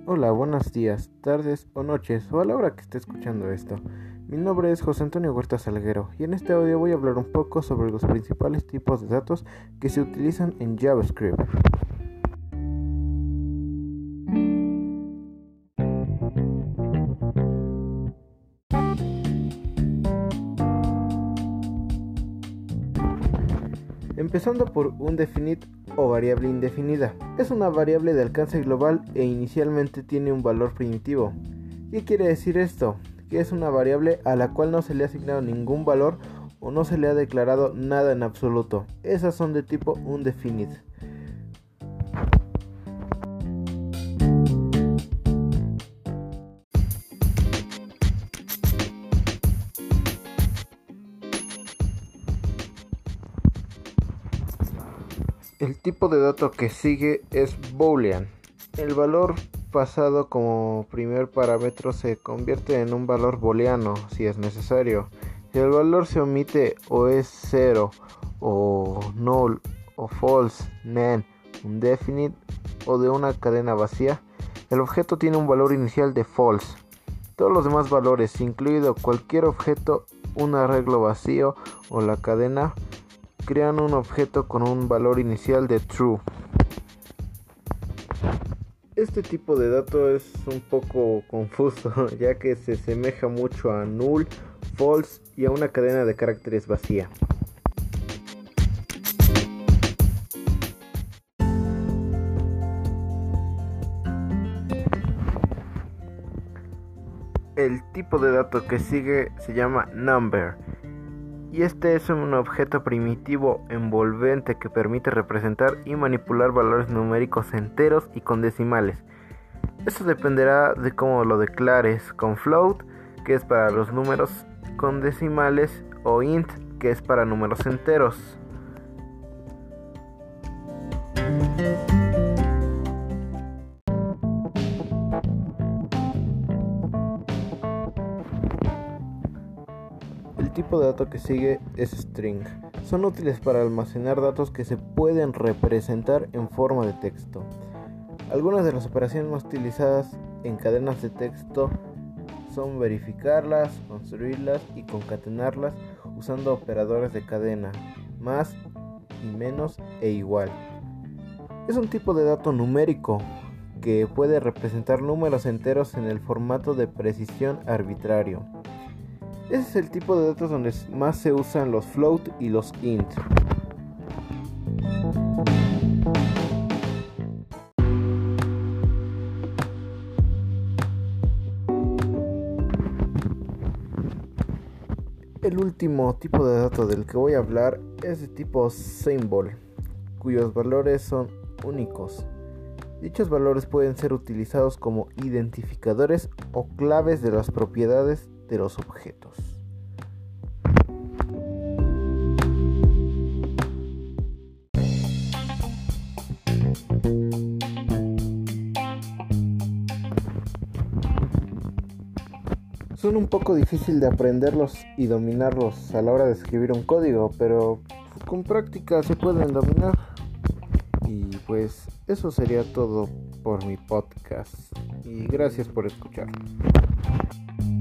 Hola, buenos días, tardes o noches o a la hora que esté escuchando esto. Mi nombre es José Antonio Huerta Salguero y en este audio voy a hablar un poco sobre los principales tipos de datos que se utilizan en JavaScript. Empezando por un definite o variable indefinida. Es una variable de alcance global e inicialmente tiene un valor primitivo. ¿Qué quiere decir esto? Que es una variable a la cual no se le ha asignado ningún valor o no se le ha declarado nada en absoluto. Esas son de tipo undefinite. El tipo de dato que sigue es boolean. El valor pasado como primer parámetro se convierte en un valor booleano si es necesario. Si el valor se omite o es 0 o null o false, none, indefinite o de una cadena vacía, el objeto tiene un valor inicial de false. Todos los demás valores, incluido cualquier objeto, un arreglo vacío o la cadena, crean un objeto con un valor inicial de true. Este tipo de dato es un poco confuso, ya que se asemeja mucho a null, false y a una cadena de caracteres vacía. El tipo de dato que sigue se llama number. Y este es un objeto primitivo envolvente que permite representar y manipular valores numéricos enteros y con decimales. Esto dependerá de cómo lo declares, con float, que es para los números con decimales, o int, que es para números enteros. El tipo de dato que sigue es string. Son útiles para almacenar datos que se pueden representar en forma de texto. Algunas de las operaciones más utilizadas en cadenas de texto son verificarlas, construirlas y concatenarlas usando operadores de cadena, más y menos e igual. Es un tipo de dato numérico que puede representar números enteros en el formato de precisión arbitrario. Ese es el tipo de datos donde más se usan los float y los int. El último tipo de dato del que voy a hablar es de tipo symbol, cuyos valores son únicos. Dichos valores pueden ser utilizados como identificadores o claves de las propiedades de los objetos. Son un poco difícil de aprenderlos y dominarlos a la hora de escribir un código, pero con práctica se pueden dominar. Y pues eso sería todo por mi podcast. Y gracias por escuchar.